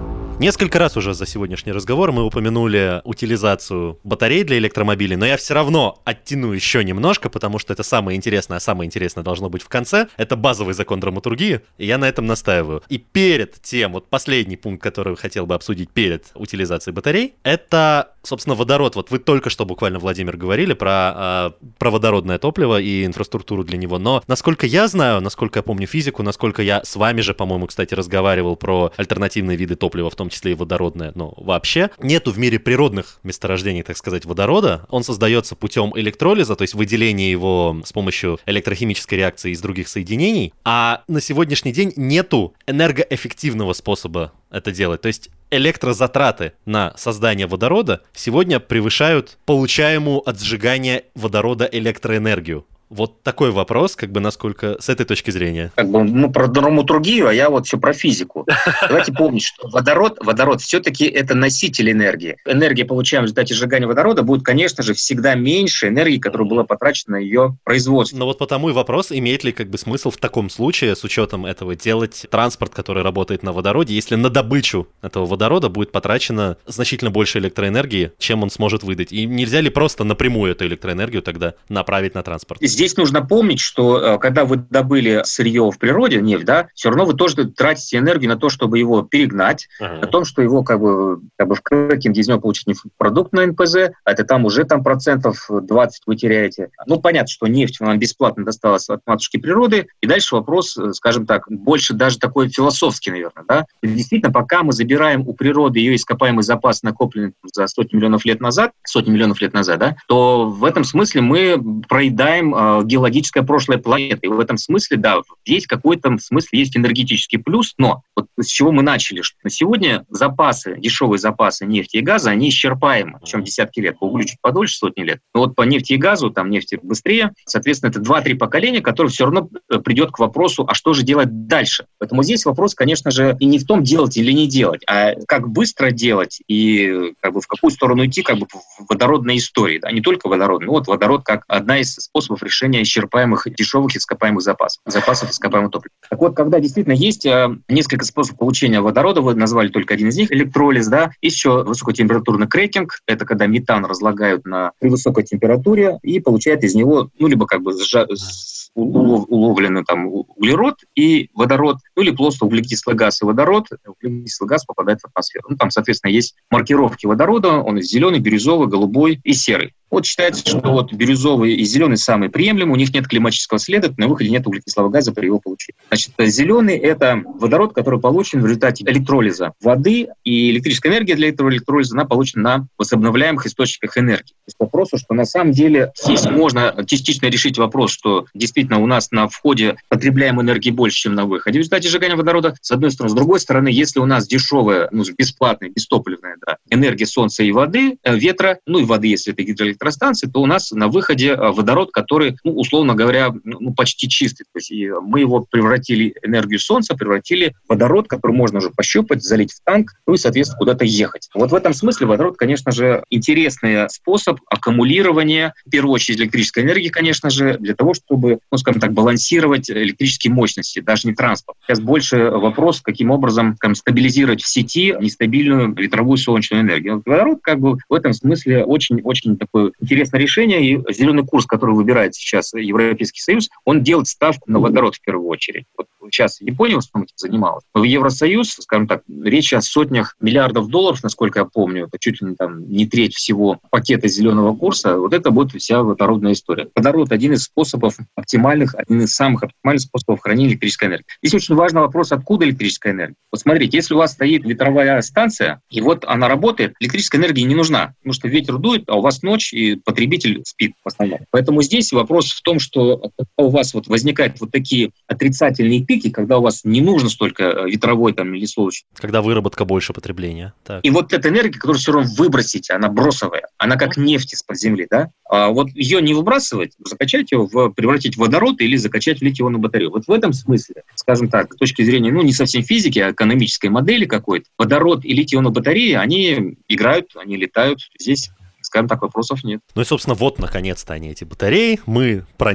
Несколько раз уже за сегодняшний разговор мы упомянули утилизацию батарей для электромобилей, но я все равно оттяну еще немножко, потому что это самое интересное, а самое интересное должно быть в конце. Это базовый закон драматургии, и я на этом настаиваю. И перед тем, вот последний пункт, который хотел бы обсудить перед утилизацией батарей, это, собственно, водород. Вот вы только что буквально, Владимир, говорили про, э, про водородное топливо и инфраструктуру для него, но насколько я знаю, насколько я помню физику, насколько я с вами же, по-моему, кстати, разговаривал про альтернативные виды топлива, в том числе и водородное, но вообще нету в мире природных месторождений, так сказать, водорода. Он создается путем электролиза, то есть выделения его с помощью электрохимической реакции из других соединений, а на сегодняшний день нету энергоэффективного способа это делать. То есть электрозатраты на создание водорода сегодня превышают получаемую от сжигания водорода электроэнергию. Вот такой вопрос, как бы насколько с этой точки зрения. Как бы мы про драматургию, а я вот все про физику. Давайте помнить, что водород, водород все-таки это носитель энергии. Энергия, получаемая в результате сжигания водорода, будет, конечно же, всегда меньше энергии, которая была потрачена на ее производство. Но вот потому и вопрос, имеет ли как бы смысл в таком случае, с учетом этого, делать транспорт, который работает на водороде, если на добычу этого водорода будет потрачено значительно больше электроэнергии, чем он сможет выдать. И нельзя ли просто напрямую эту электроэнергию тогда направить на транспорт? Здесь нужно помнить, что когда вы добыли сырье в природе, нефть, да, все равно вы тоже тратите энергию на то, чтобы его перегнать, ага. на том, что его как бы, как бы в крекинге из него получить нефтепродукт на эн пэ зэ, а это там уже там процентов двадцать вы теряете. Ну, понятно, что нефть нам бесплатно досталась от матушки природы, и дальше вопрос, скажем так, больше даже такой философский, наверное, да. Действительно, пока мы забираем у природы ее ископаемый запас, накопленный за сотни миллионов лет назад, сотни миллионов лет назад, да, то в этом смысле мы проедаем геологическое прошлое планеты. И в этом смысле, да, есть какой-то смысл, есть энергетический плюс, но вот с чего мы начали, что на сегодня запасы, дешевые запасы нефти и газа, они исчерпаемы, чем десятки лет, по углю чуть подольше, сотни лет. Но вот по нефти и газу, там нефти быстрее, соответственно, это два-три поколения, которые все равно придет к вопросу, а что же делать дальше? Поэтому здесь вопрос, конечно же, и не в том, делать или не делать, а как быстро делать и как бы в какую сторону идти, как бы в водородной истории, да, не только водород, но вот водород как одна из способов решения исчерпаемых дешевых ископаемых запасов, запасов ископаемого топлива. Так вот, когда действительно есть э, несколько способов получения водорода, вы назвали только один из них, электролиз, да, есть еще высокотемпературный крекинг, это когда метан разлагают на, при высокой температуре и получают из него, ну, либо как бы сжа, с, уловленный там углерод и водород, ну, или просто углекислый газ и водород, углекислый газ попадает в атмосферу. Ну, там, соответственно, есть маркировки водорода, он зеленый, бирюзовый, голубой и серый. Вот считается, что вот бирюзовый и зеленый самые приемлемые, у них нет климатического следа, на выходе нет углекислого газа при его получении. Значит, зеленый – это водород, который получен в результате электролиза воды, и электрическая энергия для этого электролиза, она получена на возобновляемых источниках энергии. То есть вопрос, что на самом деле здесь можно частично решить вопрос, что действительно у нас на входе потребляем энергии больше, чем на выходе в результате сжигания водорода, с одной стороны. С другой стороны, если у нас дешевая, ну, бесплатная, бестопливная, да, энергия солнца и воды, ветра, ну и воды, если это гидроэлектростанция, электростанции, то у нас на выходе водород, который, ну, условно говоря, ну, почти чистый. То есть мы его превратили, энергию солнца превратили в водород, который можно уже пощупать, залить в танк, ну и, соответственно, куда-то ехать. Вот в этом смысле водород, конечно же, интересный способ аккумулирования, в первую очередь, электрической энергии, конечно же, для того, чтобы, ну, скажем так, балансировать электрические мощности, даже не транспорт. Сейчас больше вопрос, каким образом, скажем, стабилизировать в сети нестабильную ветровую солнечную энергию. Водород, как бы, в этом смысле очень-очень такой интересное решение, и зеленый курс, который выбирает сейчас Европейский Союз, он делает ставку на водород в первую очередь. Вот сейчас Япония в основном этим занималась. В Евросоюз, скажем так, речь о сотнях миллиардов долларов, насколько я помню, это чуть ли не, там, не треть всего пакета зеленого курса, вот это будет вся водородная история. Водород – один из способов оптимальных, один из самых оптимальных способов хранения электрической энергии. Здесь очень важный вопрос, откуда электрическая энергия. Вот смотрите, если у вас стоит ветровая станция, и вот она работает, электрическая энергия не нужна, потому что ветер дует, а у вас ночь, и потребитель спит в основном. Поэтому здесь вопрос в том, что у вас вот возникают вот такие отрицательные пики, когда у вас не нужно столько ветровой там, или солнечной. Когда выработка больше потребления. Так. И вот эта энергия, которую все равно выбросите, она бросовая, она как нефть из-под земли, да? А вот ее не выбрасывать, закачать ее, в, превратить в водород или закачать в литий-ионную батарею. Вот в этом смысле, скажем так, с точки зрения, ну, не совсем физики, а экономической модели какой-то, водород и литий-ионная батарея, они играют, они летают здесь. Скажем так, вопросов нет. Ну и, собственно, вот, наконец-то они, эти батареи. Мы про них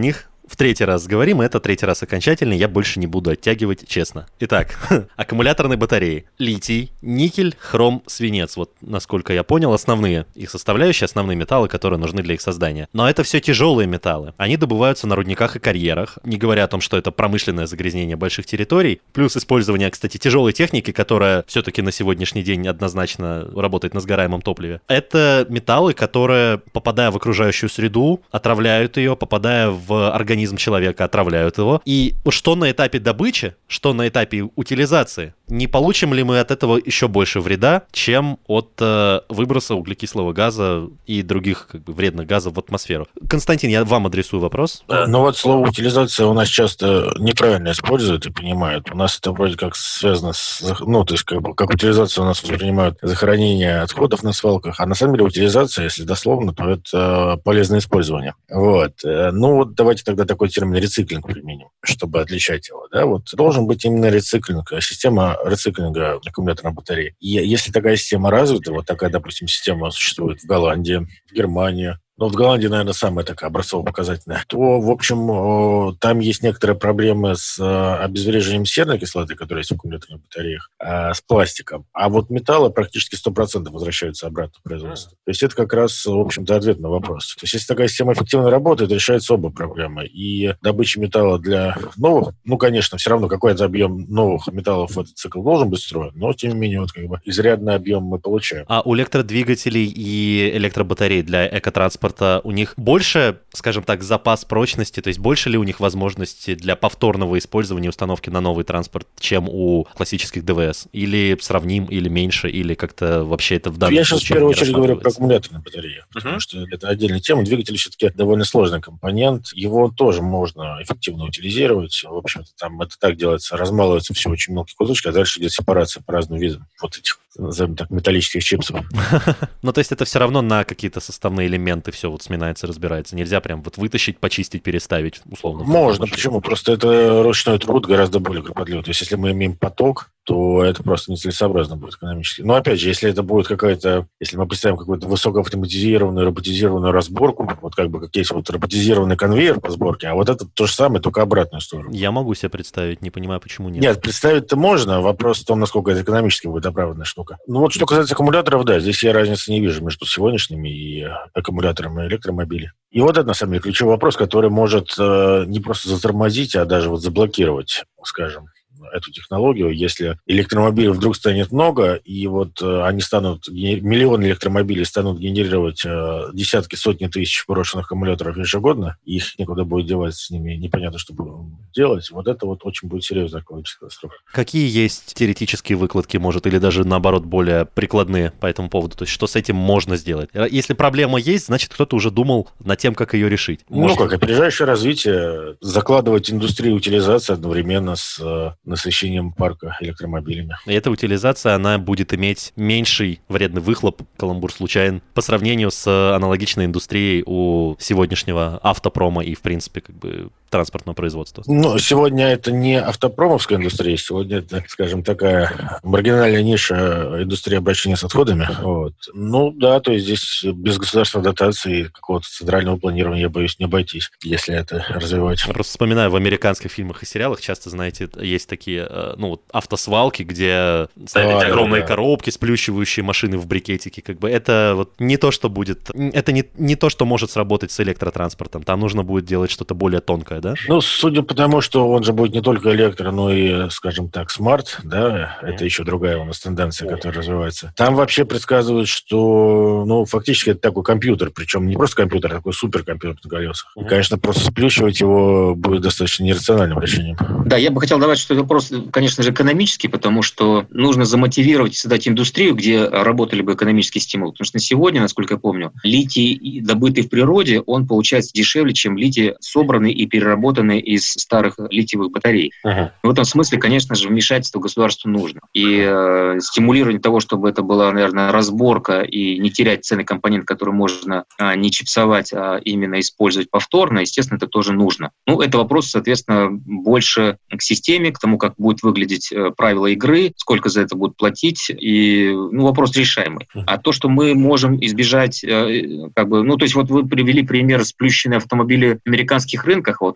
в третий раз говорим, и это третий раз окончательный, я больше не буду оттягивать, честно. Итак, аккумуляторные батареи. Литий, никель, хром, свинец. Вот, насколько я понял, основные их составляющие, основные металлы, которые нужны для их создания. Но это все тяжелые металлы. Они добываются на рудниках и карьерах, не говоря о том, что это промышленное загрязнение больших территорий, плюс использование, кстати, тяжелой техники, которая все-таки на сегодняшний день однозначно работает на сгораемом топливе. Это металлы, которые, попадая в окружающую среду, отравляют ее, попадая в организм человека, отравляют его. И что на этапе добычи, что на этапе утилизации, не получим ли мы от этого еще больше вреда, чем от э, выброса углекислого газа и других как бы, вредных газов в атмосферу? Константин, я вам адресую вопрос. Ну вот слово утилизация у нас часто неправильно используют и понимают. У нас это вроде как связано с... Ну, то есть как бы как утилизация у нас воспринимают захоронение отходов на свалках, а на самом деле утилизация, если дословно, то это полезное использование. Вот. Ну вот давайте тогда такой термин рециклинг применим, чтобы отличать его. Да? Вот должен быть именно рециклинг, система рециклинга аккумуляторной батареи. И если такая система развита, вот такая, допустим, система существует в Голландии, в Германии, ну, в Голландии, наверное, самая такая образцово-показательная, то, в общем, там есть некоторые проблемы с обезвреживанием серной кислоты, которая есть в аккумуляторных батареях, с пластиком. А вот металлы практически сто процентов возвращаются обратно в производство. То есть это как раз, в общем-то, ответ на вопрос. То есть если такая система эффективно работает, решаются оба проблемы. И добыча металла для новых, ну, конечно, все равно какой-то объем новых металлов в этот цикл должен быть встроен, но, тем не менее, вот как бы изрядный объем мы получаем. А у электродвигателей и электробатарей для экотранспорта у них больше, скажем так, запас прочности, то есть больше ли у них возможности для повторного использования установки на новый транспорт, чем у классических ДВС? Или сравним, или меньше, или как-то вообще это в данном Я сейчас в первую очередь говорю про рассматривается? аккумуляторные батареи, потому uh-huh. что это отдельная тема. Двигатель все-таки довольно сложный компонент, его тоже можно эффективно утилизировать. В общем-то, там это так делается, размалывается все очень мелкие кусочки, а дальше идет сепарация по разным видам вот этих, назовем так, металлических чипсов. Ну, то есть это все равно на какие-то составные элементы все вот сминается, разбирается. Нельзя прям вот вытащить, почистить, переставить, условно. Можно, почему? Просто это ручной труд гораздо более кропотливый. То есть если мы имеем поток, то это просто нецелесообразно будет экономически. Но опять же, если это будет какая-то, если мы представим какую-то высокоавтоматизированную, роботизированную разборку, вот как бы как есть вот роботизированный конвейер по сборке, а вот это то же самое, только обратную сторону. Я могу себе представить, не понимаю, почему нет. Нет, представить-то можно, вопрос в том, насколько это экономически будет оправданная штука. Ну вот что касается аккумуляторов, да, здесь я разницы не вижу между сегодняшними и аккумуляторами электромобилей. И вот это, на самом деле, ключевой вопрос, который может э, не просто затормозить, а даже вот заблокировать, скажем, эту технологию, если электромобилей вдруг станет много, и вот э, они станут, миллионы электромобилей станут генерировать э, десятки, сотни тысяч брошенных аккумуляторов ежегодно, и их некуда будет девать, с ними непонятно, что будем делать, вот это вот очень будет серьезная экологическая катастрофа. Какие есть теоретические выкладки, может, или даже, наоборот, более прикладные по этому поводу? То есть, что с этим можно сделать? Если проблема есть, значит, кто-то уже думал над тем, как ее решить. Может... Ну, как опережающее развитие, закладывать индустрию утилизации одновременно с э, насыщением парка электромобилями. И эта утилизация, она будет иметь меньший вредный выхлоп, каламбур случайен, по сравнению с аналогичной индустрией у сегодняшнего автопрома и, в принципе, как бы транспортного производства. Ну, сегодня это не автопромовская индустрия, сегодня это, скажем, такая маргинальная ниша индустрии обращения с отходами. Вот. Ну, да, то есть здесь без государственной дотации и какого-то центрального планирования, я боюсь, не обойтись, если это развивать. Я просто вспоминаю, в американских фильмах и сериалах часто, знаете, есть такие, ну, вот автосвалки, где ставят а, огромные да, да. коробки, сплющивающие машины в брикетике. Как бы это вот не то, что будет... Это не, не то, что может сработать с электротранспортом. Там нужно будет делать что-то более тонкое, да? Ну, судя по тому, что он же будет не только электро, но и, скажем так, смарт, да, это еще другая у нас тенденция, которая развивается. Там вообще предсказывают, что, ну, фактически это такой компьютер, причем не просто компьютер, а такой суперкомпьютер на колесах. И, конечно, просто сплющивать его будет достаточно нерациональным решением. Да, я бы хотел добавить, что это вопрос, конечно же, экономический, потому что нужно замотивировать и создать индустрию, где работали бы экономические стимулы. Потому что на сегодня, насколько я помню, литий, добытый в природе, он получается дешевле, чем литий, собранный и переработанный из старых литиевых батарей. Uh-huh. В этом смысле, конечно же, вмешательство государству нужно. И э, стимулирование того, чтобы это была, наверное, разборка и не терять ценный компонент, который можно а, не чипсовать, а именно использовать повторно, естественно, это тоже нужно. Ну, это вопрос, соответственно, больше к системе, к тому, как будет выглядеть э, правила игры, сколько за это будут платить, и, ну, вопрос решаемый. Uh-huh. А то, что мы можем избежать, э, как бы, ну, то есть вот вы привели пример сплющенные автомобили в американских рынках, вот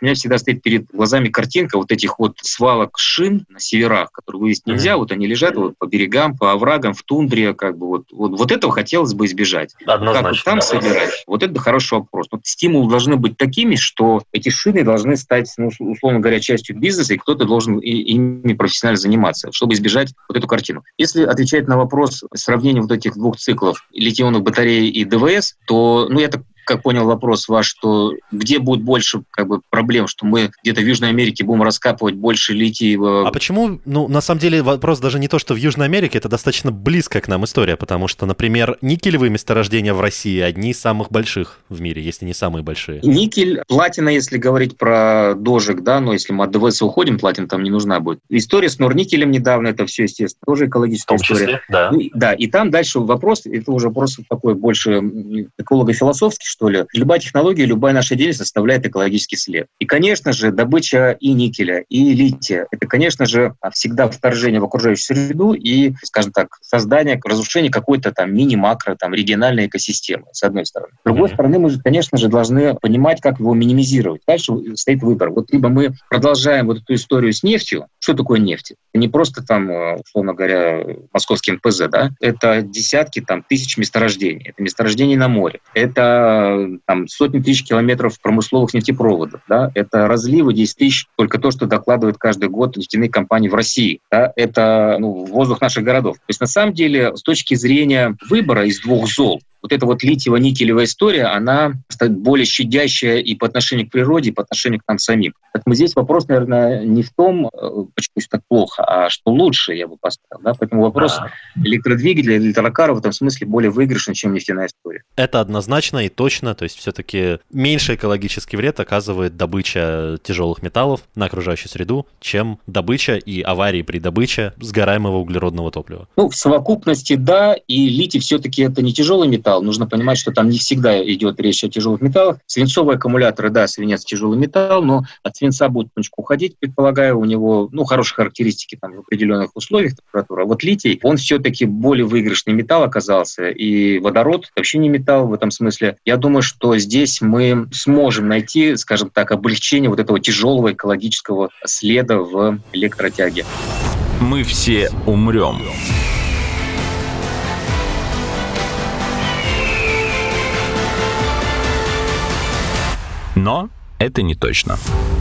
у меня всегда стоит перед глазами картинка вот этих вот свалок шин на северах, которые вывезти нельзя, mm-hmm. вот они лежат вот по берегам, по оврагам, в тундре, как бы вот, вот, вот этого хотелось бы избежать. Однозначно. Как вот там собирать? Вот это хороший вопрос. Вот стимулы должны быть такими, что эти шины должны стать, ну, условно говоря, частью бизнеса, и кто-то должен и, ими профессионально заниматься, чтобы избежать вот эту картину. Если отвечать на вопрос сравнения вот этих двух циклов, литий-ионных батарей и ДВС, то, ну, я так как понял вопрос ваш, что где будет больше как бы проблем, что мы где-то в Южной Америке будем раскапывать больше литий. А почему? Ну, на самом деле вопрос даже не то, что в Южной Америке, это достаточно близко к нам история, потому что, например, никелевые месторождения в России одни из самых больших в мире, если не самые большие. Никель, платина, если говорить про дожик, да, но если мы от ДВС уходим, платина там не нужна будет. История с Норникелем недавно, это все, естественно, тоже экологическая в том числе, история. Да. И, да, и там дальше вопрос, это уже вопрос такой больше эколого-философский, что ли. Любая технология, любая наша деятельность составляет экологический след. И, конечно же, добыча и никеля, и лития – это, конечно же, всегда вторжение в окружающую среду и, скажем так, создание, разрушение какой-то там мини-макро, там, региональной экосистемы, с одной стороны. С другой mm-hmm. стороны, мы же, конечно же, должны понимать, как его минимизировать. Дальше стоит выбор. Вот либо мы продолжаем вот эту историю с нефтью. Что такое нефть? Не просто там, условно говоря, московский эн пэ зэ, да? Это десятки, там, тысяч месторождений. Это месторождения на море. Это там, сотни тысяч километров промысловых нефтепроводов. Да? Это разливы десять тысяч, только то, что докладывают каждый год нефтяные компании в России. Да? Это ну, воздух наших городов. То есть, на самом деле, с точки зрения выбора из двух зол, вот эта вот литиево-никелевая история, она более щадящая и по отношению к природе, и по отношению к нам самим. Поэтому здесь вопрос, наверное, не в том, почему все так плохо, а что лучше, я бы поставил. Да? Поэтому вопрос а. электродвигателя, электрокара в этом смысле более выигрышный, чем нефтяная история. Это однозначно и точно. То есть все-таки меньший экологический вред оказывает добыча тяжелых металлов на окружающую среду, чем добыча и аварии при добыче сгораемого углеродного топлива. Ну, в совокупности, да, и литий все-таки это не тяжелый металл. Нужно понимать, что там не всегда идет речь о тяжелых металлах. Свинцовые аккумуляторы, да, свинец тяжелый металл, но от свинца будет потихонечку уходить, предполагаю, у него, ну, хорошие характеристики там в определенных условиях температуры. А вот литий, он все-таки более выигрышный металл оказался, и водород вообще не металл в этом смысле. Я думаю, что здесь мы сможем найти, скажем так, облегчение вот этого тяжелого экологического следа в электротяге. Мы все умрем. Но это не точно.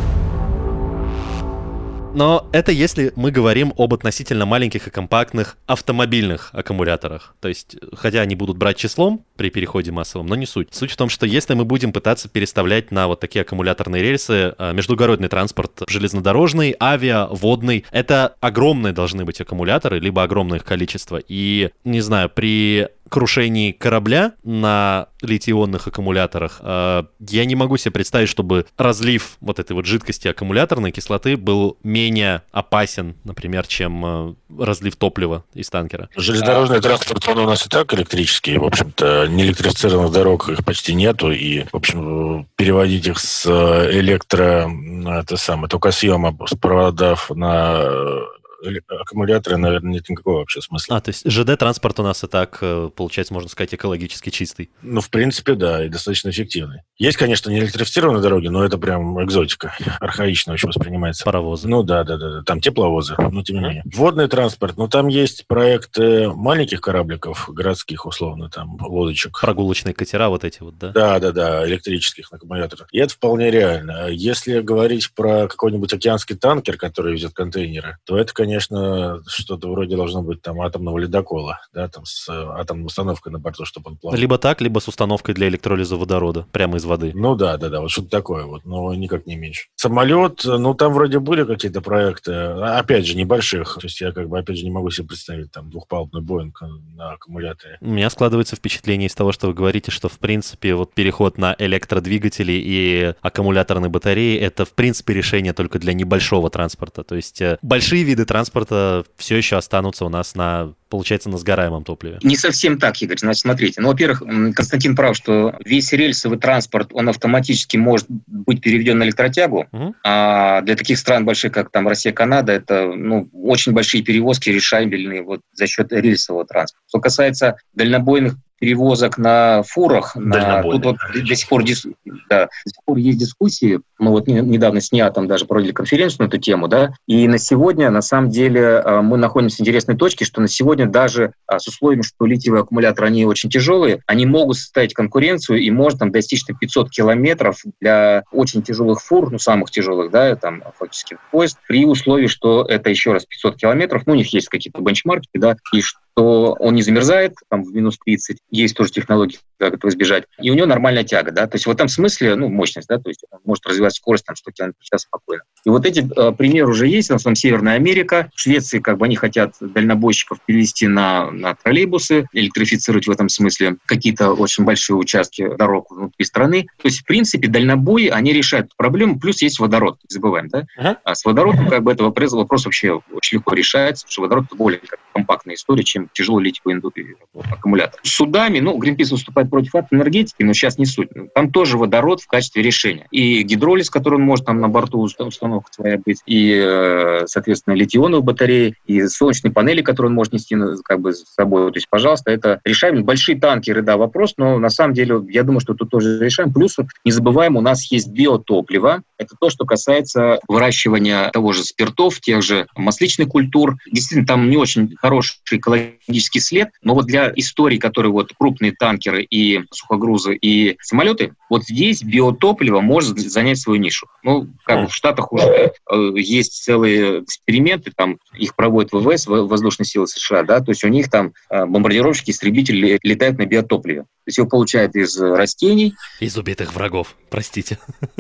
Но это если мы говорим об относительно маленьких и компактных автомобильных аккумуляторах. То есть, хотя они будут брать числом при переходе массовом, но не суть. Суть в том, что если мы будем пытаться переставлять на вот такие аккумуляторные рельсы междугородный транспорт, железнодорожный, авиа, водный, это огромные должны быть аккумуляторы, либо огромное их количество. И, не знаю, при крушении корабля на литий-ионных аккумуляторах, э, я не могу себе представить, чтобы разлив вот этой вот жидкости аккумуляторной кислоты был менее опасен, например, чем э, разлив топлива из танкера. Железнодорожный транспорт, он у нас и так электрический. В общем-то, неэлектрифицированных дорог их почти нету. И, в общем, переводить их с электро... это самое, токосъема с проводов на аккумуляторы, наверное, нет никакого вообще смысла. А, то есть ЖД-транспорт у нас и так, получается, можно сказать, экологически чистый? Ну, в принципе, да, и достаточно эффективный. Есть, конечно, не электрифицированные дороги, но это прям экзотика. Архаично очень воспринимается. Паровозы. Ну, да, да, да. Там тепловозы, но тем не менее. Водный транспорт, ну, там есть проекты маленьких корабликов, городских, условно, там, лодочек. Прогулочные катера вот эти вот, да? Да, да, да, электрических аккумуляторов. И это вполне реально. Если говорить про какой-нибудь океанский танкер, который везет контейнеры, то это, конечно, Конечно, что-то вроде должно быть там атомного ледокола, да, там с атомной установкой на борту, чтобы он плавал. Либо так, либо с установкой для электролиза водорода, прямо из воды. Ну да, да, да, вот что-то такое вот, но никак не меньше. Самолет, ну там вроде были какие-то проекты, опять же, небольших. То есть я как бы, опять же, не могу себе представить там двухпалубный Боинг на аккумуляторе. У меня складывается впечатление из того, что вы говорите, что в принципе вот переход на электродвигатели и аккумуляторные батареи — это в принципе решение только для небольшого транспорта. То есть большие виды транспорта транспорта все еще останутся у нас на, получается, на сгораемом топливе. Не совсем так, Игорь. Значит, смотрите. Ну, во-первых, Константин прав, что весь рельсовый транспорт, он автоматически может быть переведен на электротягу. Угу. А для таких стран больших, как там Россия, Канада, это ну, очень большие перевозки решаемые вот за счет рельсового транспорта. Что касается дальнобойных перевозок на фурах. На... Тут вот до сих пор, дис... да, до сих пор есть дискуссии. Мы вот недавно с НИАТом даже проводили конференцию на эту тему, да, и на сегодня, на самом деле, мы находимся в интересной точке, что на сегодня даже с условием, что литиевые аккумуляторы, они очень тяжелые, они могут составить конкуренцию и может там достичь там, пятьсот километров для очень тяжелых фур, ну, самых тяжелых, да, там, фактически поезд, при условии, что это еще раз пятьсот километров, ну, у них есть какие-то бенчмарки, да, и что он не замерзает, там, в минус тридцать, есть тоже технологии, как этого избежать, и у него нормальная тяга, да, то есть в этом смысле, ну, мощность, да, то есть он может развивать скорость, там, сто километров в час спокойно. И вот эти э, примеры уже есть, у нас там Северная Америка, в Швеции, как бы, они хотят дальнобойщиков перевести на, на троллейбусы, электрифицировать в этом смысле какие-то очень большие участки дорог внутри страны, то есть, в принципе, дальнобои, они решают эту проблему, плюс есть водород, не забываем, да, uh-huh. а с водородом, как бы, это вопрос, вопрос вообще очень легко решается, потому что водород – это более как, компактная история, чем тяжелый литиевый аккумулятор. С судами, ну, Greenpeace выступает против атомной энергетики, но сейчас не суть. Там тоже водород в качестве решения. И гидролиз, который он может там на борту, установка своя быть, и, соответственно, литий-ионовые батареи, и солнечные панели, которые он может нести как бы с собой. То есть, пожалуйста, это решаем. Большие танкеры, да, вопрос, но на самом деле, я думаю, что тут тоже решаем. Плюс, не забываем, у нас есть биотопливо. Это то, что касается выращивания того же спиртов, тех же масличных культур. Действительно, там не очень хороший экологический след, но вот для истории, которые вот крупные танкеры и сухогрузы и самолеты, вот здесь биотопливо может занять свою нишу. Ну, как бы в Штатах уже э, есть целые эксперименты, там их проводят ВВС, воздушные силы США, да, то есть у них там э, бомбардировщики, истребители летают на биотопливе. То есть его получают из растений. Из убитых врагов, простите.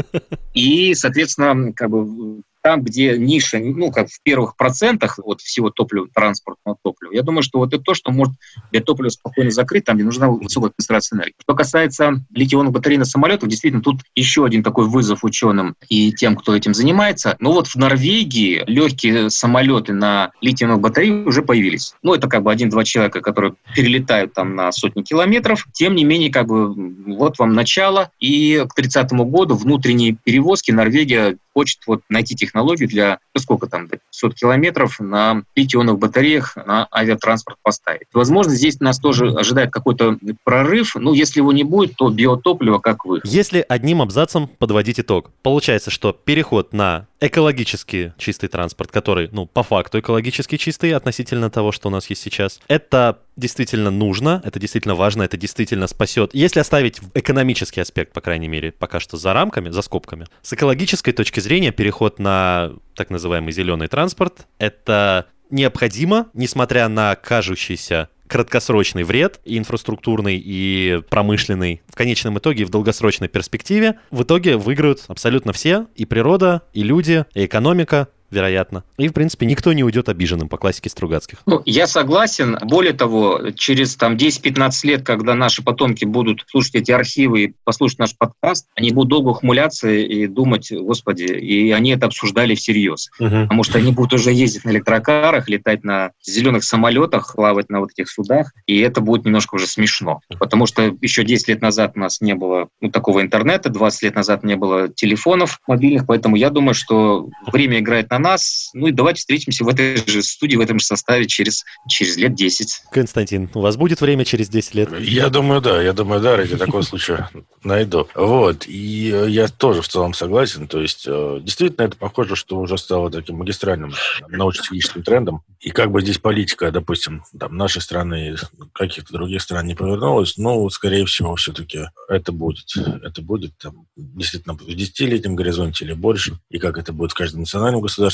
И, соответственно, как бы там, где ниша, ну, как в первых процентах от всего топлива, транспортного топлива, я думаю, что вот это то, что может биотопливо спокойно закрыть, там, где нужна высокая концентрация энергии. Что касается литий-ионных батарей на самолетах, действительно, тут еще один такой вызов ученым и тем, кто этим занимается. Но вот в Норвегии легкие самолеты на литий-ионных батареях уже появились. Ну, это как бы один-два человека, которые перелетают там на сотни километров. Тем не менее, как бы, вот вам начало. И к тридцатому году внутренние перевозки Норвегия хочет вот найти технологию для, ну, сколько там, до пятьсот километров на литий-ионных батареях на авиатранспорт поставить. Возможно, здесь нас тоже ожидает какой-то прорыв, но если его не будет, то биотопливо как выход. Если одним абзацем подводить итог, получается, что переход на экологически чистый транспорт, который, ну, по факту экологически чистый относительно того, что у нас есть сейчас, это действительно нужно, это действительно важно, это действительно спасет. Если оставить экономический аспект, по крайней мере, пока что за рамками, за скобками, с экологической точки зрения переход на так называемый зеленый транспорт — это необходимо, несмотря на кажущийся краткосрочный вред, и инфраструктурный, и промышленный. В конечном итоге, в долгосрочной перспективе, в итоге выиграют абсолютно все, и природа, и люди, и экономика, вероятно. И, в принципе, никто не уйдет обиженным по классике Стругацких. Ну, я согласен. Более того, через там десять-пятнадцать лет, когда наши потомки будут слушать эти архивы и послушать наш подкаст, они будут долго ухмыляться и думать, господи, и они это обсуждали всерьез. Угу. Потому что они будут уже ездить на электрокарах, летать на зеленых самолетах, плавать на вот этих судах, и это будет немножко уже смешно. Потому что еще десять лет назад у нас не было, ну, такого интернета, двадцать лет назад не было телефонов мобильных, поэтому я думаю, что время играет на нас. Ну и давайте встретимся в этой же студии, в этом же составе через, через лет десять. Константин, у вас будет время через десять лет? Я думаю, да. Я думаю, да, ради такого случая найду. Вот. И я тоже в целом согласен. То есть, действительно, это похоже, что уже стало таким магистральным научно-техническим трендом. И как бы здесь политика, допустим, там, нашей страны и каких-то других стран не повернулась, но, скорее всего, все-таки это будет. Это будет там, действительно в десятилетнем горизонте или больше. И как это будет в каждом национальном государстве.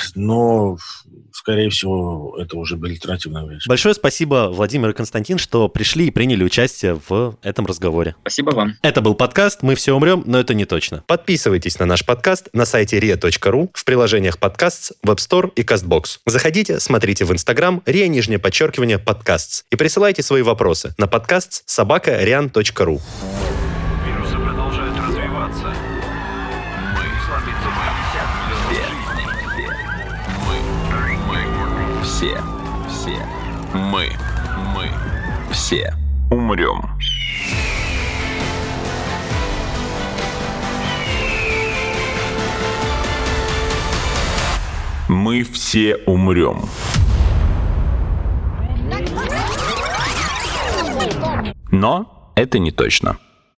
Но, скорее всего, это уже были альтернативные вещи. Большое спасибо, Владимир и Константин, что пришли и приняли участие в этом разговоре. Спасибо вам. Это был подкаст «Мы все умрем, но это не точно». Подписывайтесь на наш подкаст на сайте риа точка ру, в приложениях подкастс, Web Store и CastBox. Заходите, смотрите в Instagram риа, нижнее подчеркивание, подкастс и присылайте свои вопросы на подкастс собака риан точка ру. Вирусы продолжают развиваться. Мы Все, все, мы, мы, все умрем. Мы все умрем. Но это не точно.